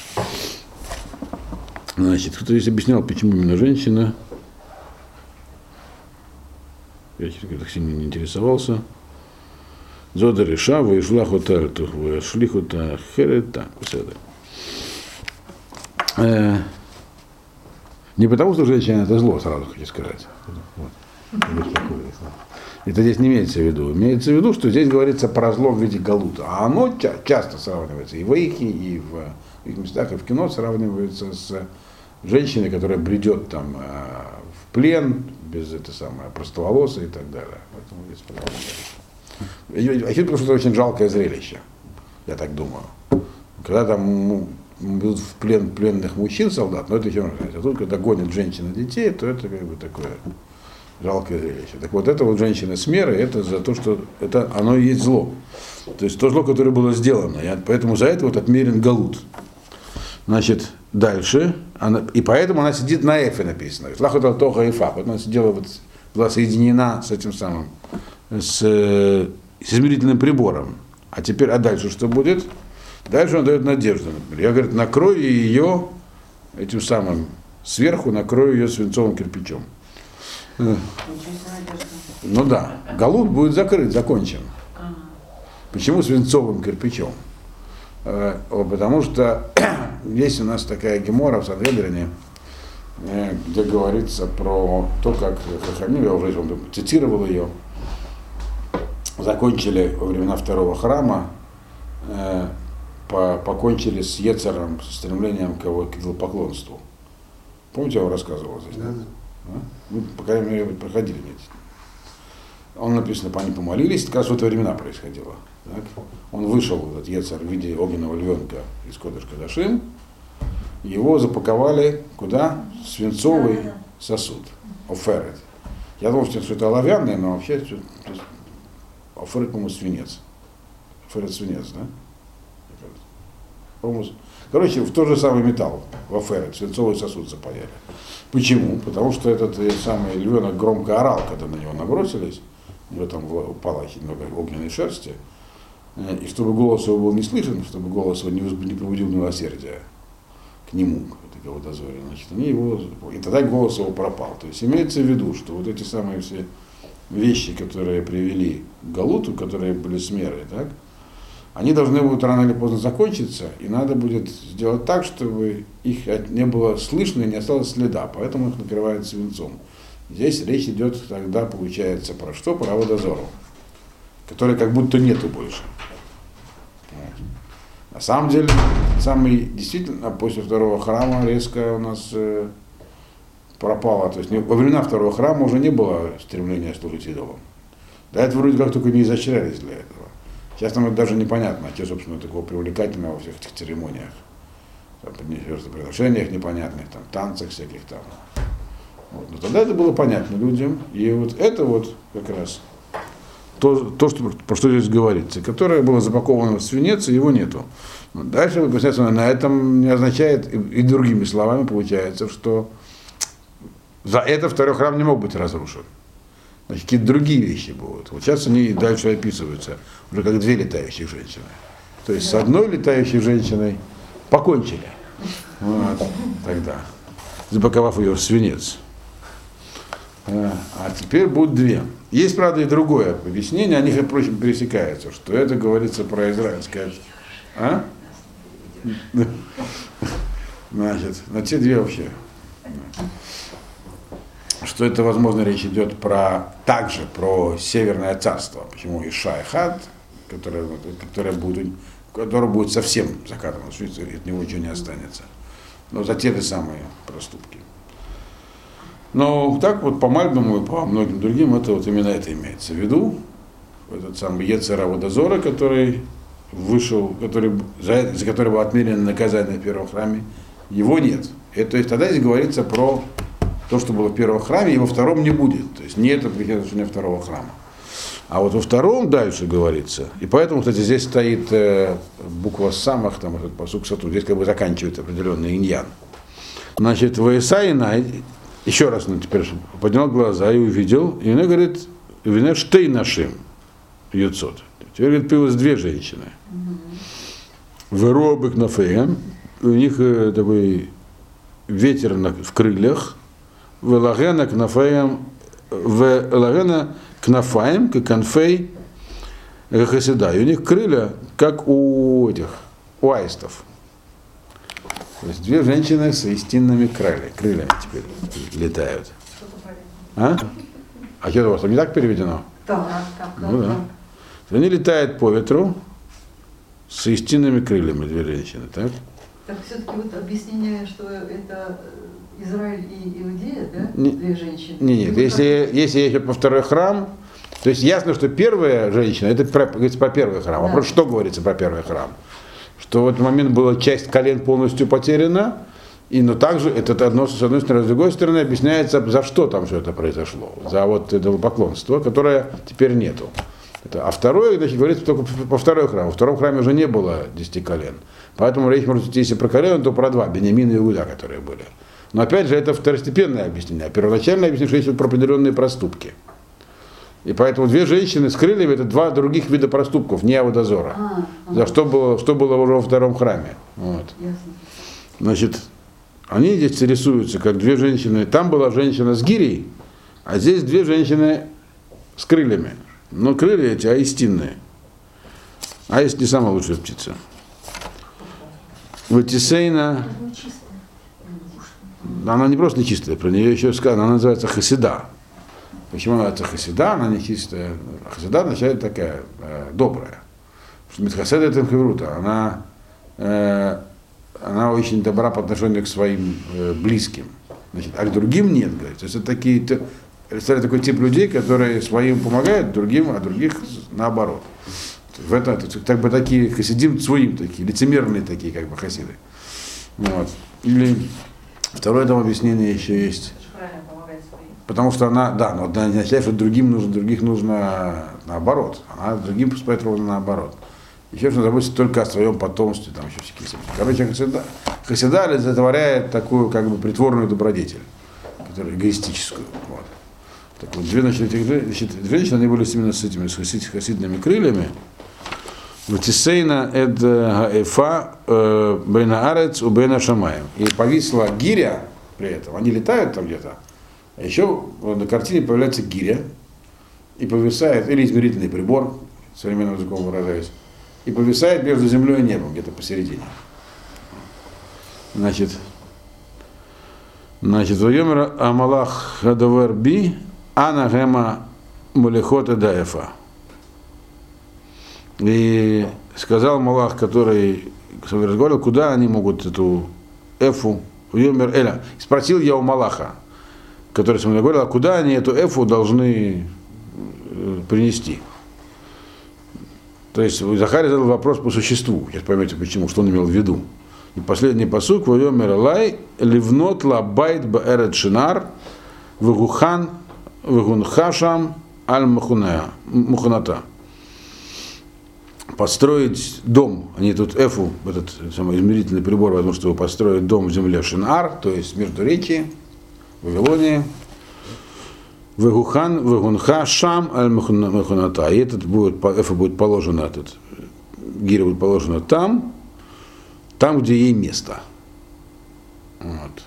Значит, кто-то здесь объяснял, почему именно женщина. Я, честно говоря, так сильно не интересовался. Зода реша, вышла хутарту, шли хута херета. Не потому, что женщина это зло, сразу хочу сказать. Вот. Это здесь не имеется в виду. Имеется в виду, что здесь говорится про зло в виде галута. А оно часто сравнивается и в Эйхе, и в их местах, и в кино сравнивается с женщиной, которая бредет там в плен, без это самое, простоволосой и так далее. Поэтому здесь потому что это очень жалкое зрелище, я так думаю. Когда там берут в плен пленных мужчин, солдат, но это еще можно сказать. А тут, когда гонят женщин и детей, то это как бы такое жалкое зрелище. Так вот, это вот женщина с мерой, это за то, что это, оно и есть зло. То есть то зло, которое было сделано. Поэтому за это вот отмерен галут. Значит, дальше, и поэтому она сидит на эфе написано. Лахота тоха эфа. Поэтому она сидела, вот, была соединена с этим самым, с измерительным прибором. А теперь, а дальше что будет? Дальше он дает надежду. Например. Я, говорит, накрою ее этим самым, сверху накрою ее свинцовым кирпичом. Ну да, галут будет закрыт, закончен. Почему свинцовым кирпичом? Потому что есть у нас такая гемора в Сангедрине, где говорится про то, как Хахамим, я уже цитировал ее, закончили во времена второго храма, покончили с Ецером, с стремлением к идолопоклонству. Помните, я вам рассказывал здесь? Да? Вы, по крайней мере, проходили нет. Он написано, они помолились, как раз в это времена происходило. Так? Он вышел, этот Ецер, в виде огненного львенка из Кодеш Кодашим, его запаковали куда? В свинцовый сосуд, оферет. Я думал, что это оловянное, но вообще оферет, по-моему, свинец. Оферет свинец, да? Короче, в тот же самый металл, в оферет, свинцовый сосуд запаяли. Почему? Потому что этот самый львенок громко орал, когда на него набросились, у него там упало много огненной шерсти, и чтобы голос его был не слышен, чтобы голос его не пробудил милосердия к нему, к его дозоре, значит, они его, и тогда голос его пропал. То есть имеется в виду, что вот эти самые все вещи, которые привели к галуту, которые были с мерой, так, они должны будут рано или поздно закончиться, и надо будет сделать так, чтобы их не было слышно и не осталось следа, поэтому их накрывают свинцом. Здесь речь идет тогда, получается, про что? Про водозору, которой как будто нету больше. Вот. На самом деле, действительно, после второго храма резко у нас пропало. То есть во времена второго храма уже не было стремления служить идолам. До этого вроде как только не изощрялись для этого. Сейчас нам это даже непонятно, что, собственно, такого привлекательного во всех этих церемониях, жертвоприношениях непонятных, там, танцах всяких там. Вот. Но тогда это было понятно людям, и вот это вот как раз то что, про что здесь говорится, которое было запаковано в свинец, и его нету. Но дальше, естественно, на этом не означает, и другими словами получается, что за это второй храм не мог быть разрушен. Значит, какие-то другие вещи будут. Вот сейчас они дальше описываются, уже как две летающих женщины. То есть с одной летающей женщиной покончили. Вот, тогда, запаковав ее в свинец. А теперь будут две. Есть, правда, и другое объяснение, они, впрочем, пересекаются, что это говорится про израильское. А? Значит, на те две вообще. Что это, возможно, речь идет также про Северное царство. Почему Иша и Хад, которое будет совсем закатано, от него ничего не останется. Но за те же самые проступки. Но так вот по Мальбиму и по многим другим это вот именно это имеется в виду. Этот самый Ецер Водозора, который вышел, за которого отмерено наказание в первом храме, его нет. То есть тогда здесь говорится про то, что было в первом храме, и во втором не будет. То есть не это прихождение второго храма. А вот во втором дальше говорится. И поэтому, кстати, здесь стоит буква самых, там этот пасук сату, здесь как бы заканчивает определенный иньян. Значит, в Исаинай, еще раз он теперь поднял глаза и увидел, и он говорит, вина штей нашим юцот. Теперь, говорит, появилось две женщины. В робик на феем, у них такой ветер в крыльях, в лагена кнафаем, как конфей хасида. И у них крылья, как у аистов. То есть две женщины с истинными крыльями теперь летают. А? А что у вас там не так переведено? Да. Ну да. Они летают по ветру с истинными крыльями, две женщины, так? Так все-таки вот объяснение, что это Израиль и Иудея, да? Две женщины. Нет, если я по второй храм, то есть ясно, что первая женщина, это говорится про первый храм. Да. Вопрос, что говорится про первый храм? Что в этот момент была часть колен полностью потеряна, но также это одно с одной стороны, с другой стороны объясняется, за что там все это произошло. За вот идолопоклонство, которое теперь нету. А второе, значит, говорится только по второй храму. Во втором храме уже не было 10 колен. Поэтому речь может идти, если про колен, то про два, Беньямин и Иуда, которые были. Но опять же, это второстепенное объяснение. А первоначальное объяснение, что есть про определенные проступки. И поэтому две женщины с крыльями — это два других вида проступков, не аводозора. За что было уже во втором храме. Вот. Значит, они здесь рисуются как две женщины. Там была женщина с гирей, а здесь две женщины с крыльями. Но крылья эти аистинные. Аист не самая лучшая птица. Ватисейна. Она не просто нечистая, про нее еще сказано, она называется хасида. Почему она называется хасида? Она нечистая. Хасида означает такая добрая. Потому что Митхасед это хеврута. Она очень добра по отношению к своим близким. Значит, а к другим нет, говорит. То есть это такой тип людей, которые своим помогают, другим, а других наоборот. В этом как бы такие хасидим своим такие, лицемерные такие, как бы хасиды. Вот. Или второе там объяснение еще есть. Потому что она не означает, что других нужно наоборот. А другим поэтому наоборот. Еще нужно заботиться только о своем потомстве, там еще всякие события. Короче, хасида олицетворяет такую как бы притворную добродетель, которую эгоистическую. Вот. Так вот, две женщины, они были именно с этими хасидными крыльями. Ватисейна это гаэфа бейна арец у бейна шамаем. И повисла гиря при этом. Они летают там где-то. А еще на картине появляется гиря. И повисает, или измерительный прибор, современным языком выражаясь. И повисает между землей и небом, где-то посередине. Значит, Вайомер Амалах Хадавер Би Ана Гема Мулехота Даэфа. И сказал Малах, который разговаривал, куда они могут эту эфу, Вайомер Эля. Спросил я у Малаха, который со мной говорил, а куда они эту эфу должны принести. То есть Захарий задал вопрос по существу. Сейчас поймете почему, что он имел в виду. И последний пасук, Вайомер Элай, Ливнот Лабайт Баэрет Шинар, Вегухан, Вегунхашам, Аль Муханата. Построить дом, они тут эфу, этот самый измерительный прибор, потому что построить дом в земле Шинар, то есть междуречье, в Вавилонии. Вегухан, Вегунха, Шам, Аль Муханата. И этот эфу будет положено, этот гиря будет положена там, где ей место. Вот.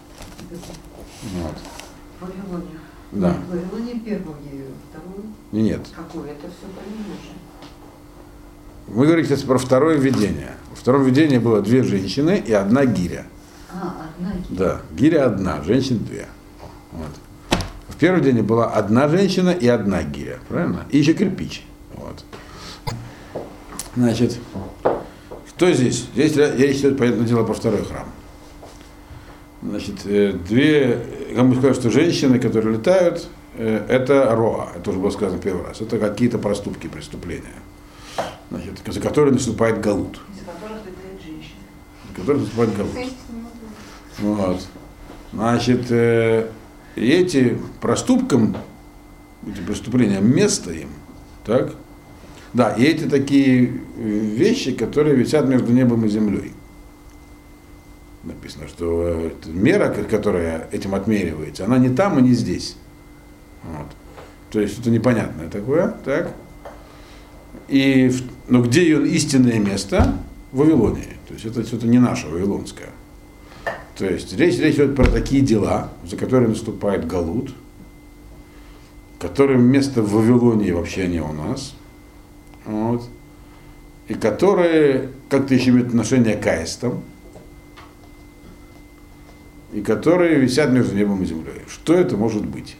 В Вавилоне. Да. В Вавилоне первую гирю, вторую. Нет. Какое это все понимаешь? Вы говорите сейчас про второе видение. Во втором видении было две женщины и одна гиря. Одна гиря. Да, гиря одна, женщин две. Вот. В первом видении была одна женщина и одна гиря, правильно? И еще кирпич. Вот. Значит, что здесь? Здесь речь идет, понятное дело, про второй храм. Значит, кому сказать, что женщины, которые летают, это роа, это уже было сказано первый раз, это какие-то проступки, преступления. Значит, за которые наступает галут. Из которых летает женщина. За которых наступает галут. Вот. Значит, эти преступления, место им, так? Да, и эти такие вещи, которые висят между небом и землей. Написано, что мера, которая этим отмеривается, она не там и не здесь. Вот. То есть это непонятное такое, так? Но где ее истинное место? В Вавилонии. То есть это что-то не наше, вавилонское. То есть речь идет про такие дела, за которые наступает галут, которым место в Вавилонии вообще не у нас. вот, и которые как-то еще имеют отношение к аистам, и которые висят между небом и землей. Что это может быть?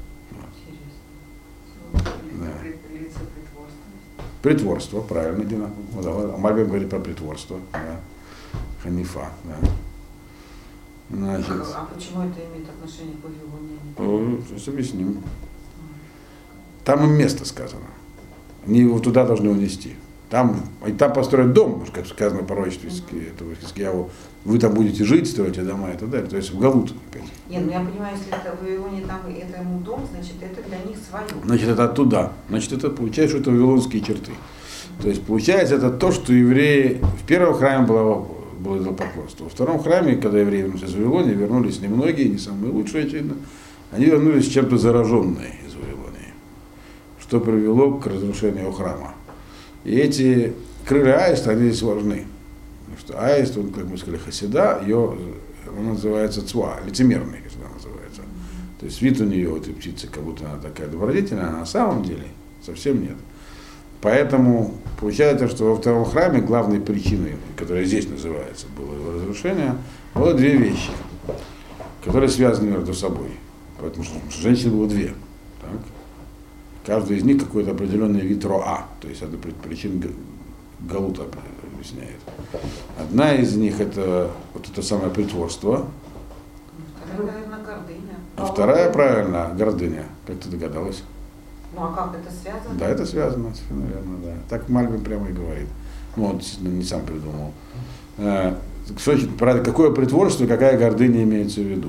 Притворство, правильно, Дина. Мальбим говорит про притворство. Да. Ханифа, да. Значит, А почему это имеет отношение к Вавилоне? Сейчас объясним. Там им место сказано. Они его туда должны унести. Там построят дом, как сказано в пророчестве Хизкияву, вы там будете жить, строите дома и так далее. То есть в Галут опять. Нет, ну я понимаю, если это в Вавилоне, там это ему дом, значит это для них свое. Значит, это оттуда. Значит, это получается, что это вавилонские черты. То есть получается, это то, что евреи в первом храме было идолопоклонство. Во втором храме, когда евреи вернулись из Вавилонии, вернулись немногие, не самые лучшие, очевидно, они вернулись чем-то зараженные из Вавилонии, что привело к разрушению храма. И эти крылья аиста, они здесь важны. Потому что аист, он, как мы сказали, хасида, он называется цва, лицемерный, как она называется. То есть вид у нее, у этой птицы, как будто она такая добродетельная, а на самом деле совсем нет. Поэтому получается, что во втором храме главной причиной, которая здесь называется, было его разрушение, было две вещи, которые связаны между собой. Потому что женщин было две. Так? Каждый из них какой-то определенный вид роа, то есть это причин Галута объясняет. Одна из них это вот это самое притворство. Вторая, наверное, гордыня. А вторая, правильно, гордыня. Как ты догадалась? Ну а как это связано? Да, это связано, наверное, да. Так Мальбим прямо и говорит. Ну, он не сам придумал. Что значит, какое притворство и какая гордыня имеется в виду?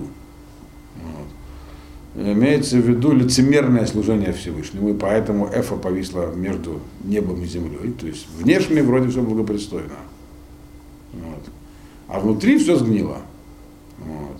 Вот. Имеется в виду лицемерное служение Всевышнему, и поэтому Эфа повисла между небом и землей. То есть внешне вроде все благопристойно. Вот. А внутри все сгнило. Вот.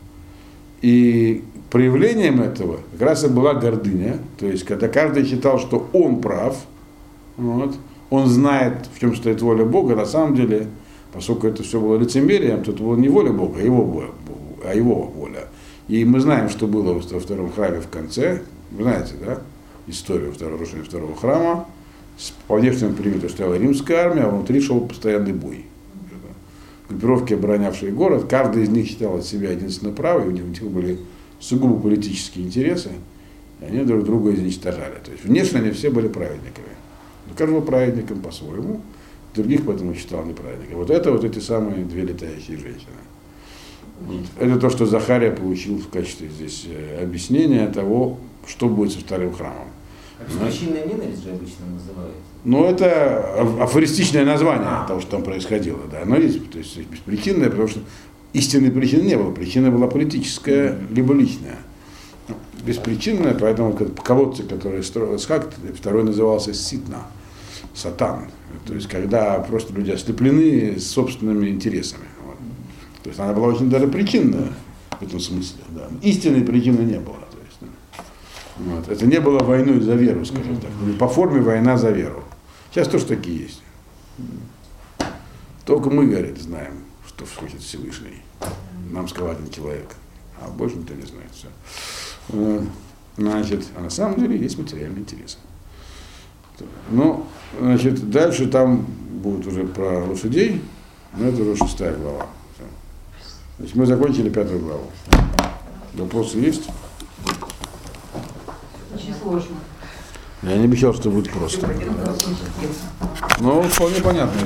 И проявлением этого как раз и была гордыня, то есть когда каждый считал, что он прав, вот, он знает, в чем стоит воля Бога, на самом деле, поскольку это все было лицемерием, то это была не воля Бога, а его воля. И мы знаем, что было во втором храме в конце, вы знаете, да, историю разрушения второго храма, по внешнему периметру стояла римская армия, а внутри шел постоянный бой. Группировки, оборонявшие город, каждый из них считал себя единственно правым, у них были сугубо политические интересы, и они друг друга изничтожали. То есть внешне они все были праведниками. Но каждый был праведником по-своему, других поэтому считал неправедниками. Вот это вот эти самые две летающие женщины. Вот. Это то, что Захария получил в качестве здесь объяснения того, что будет со вторым храмом. Беспричинная ненависть же обычно называется. Ну, это афористичное название того, что там происходило. Да. Оно есть, то есть беспричинное, потому что истинной причины не было. Причина была политическая, либо личная. Беспричинная, поэтому колодцы, которые строил Исхак, второй назывался Ситна, Сатан. То есть, когда просто люди ослеплены собственными интересами. Вот. То есть, она была очень даже причинная в этом смысле. Да. Истинной причины не было. Вот. Это не было войной за веру, скажем так. По форме война за веру. Сейчас тоже такие есть. Только мы, говорит, знаем, что хочет Всевышний. Нам сказал один человек. А больше никто не знает. Все. Значит, а на самом деле есть материальные интересы. Ну, значит, дальше там будет уже про лошадей, но это уже 6 глава. Все. Значит, мы закончили 5 главу. Вопросы есть? Очень сложно. Я не обещал, что будет просто. Но вполне понятно.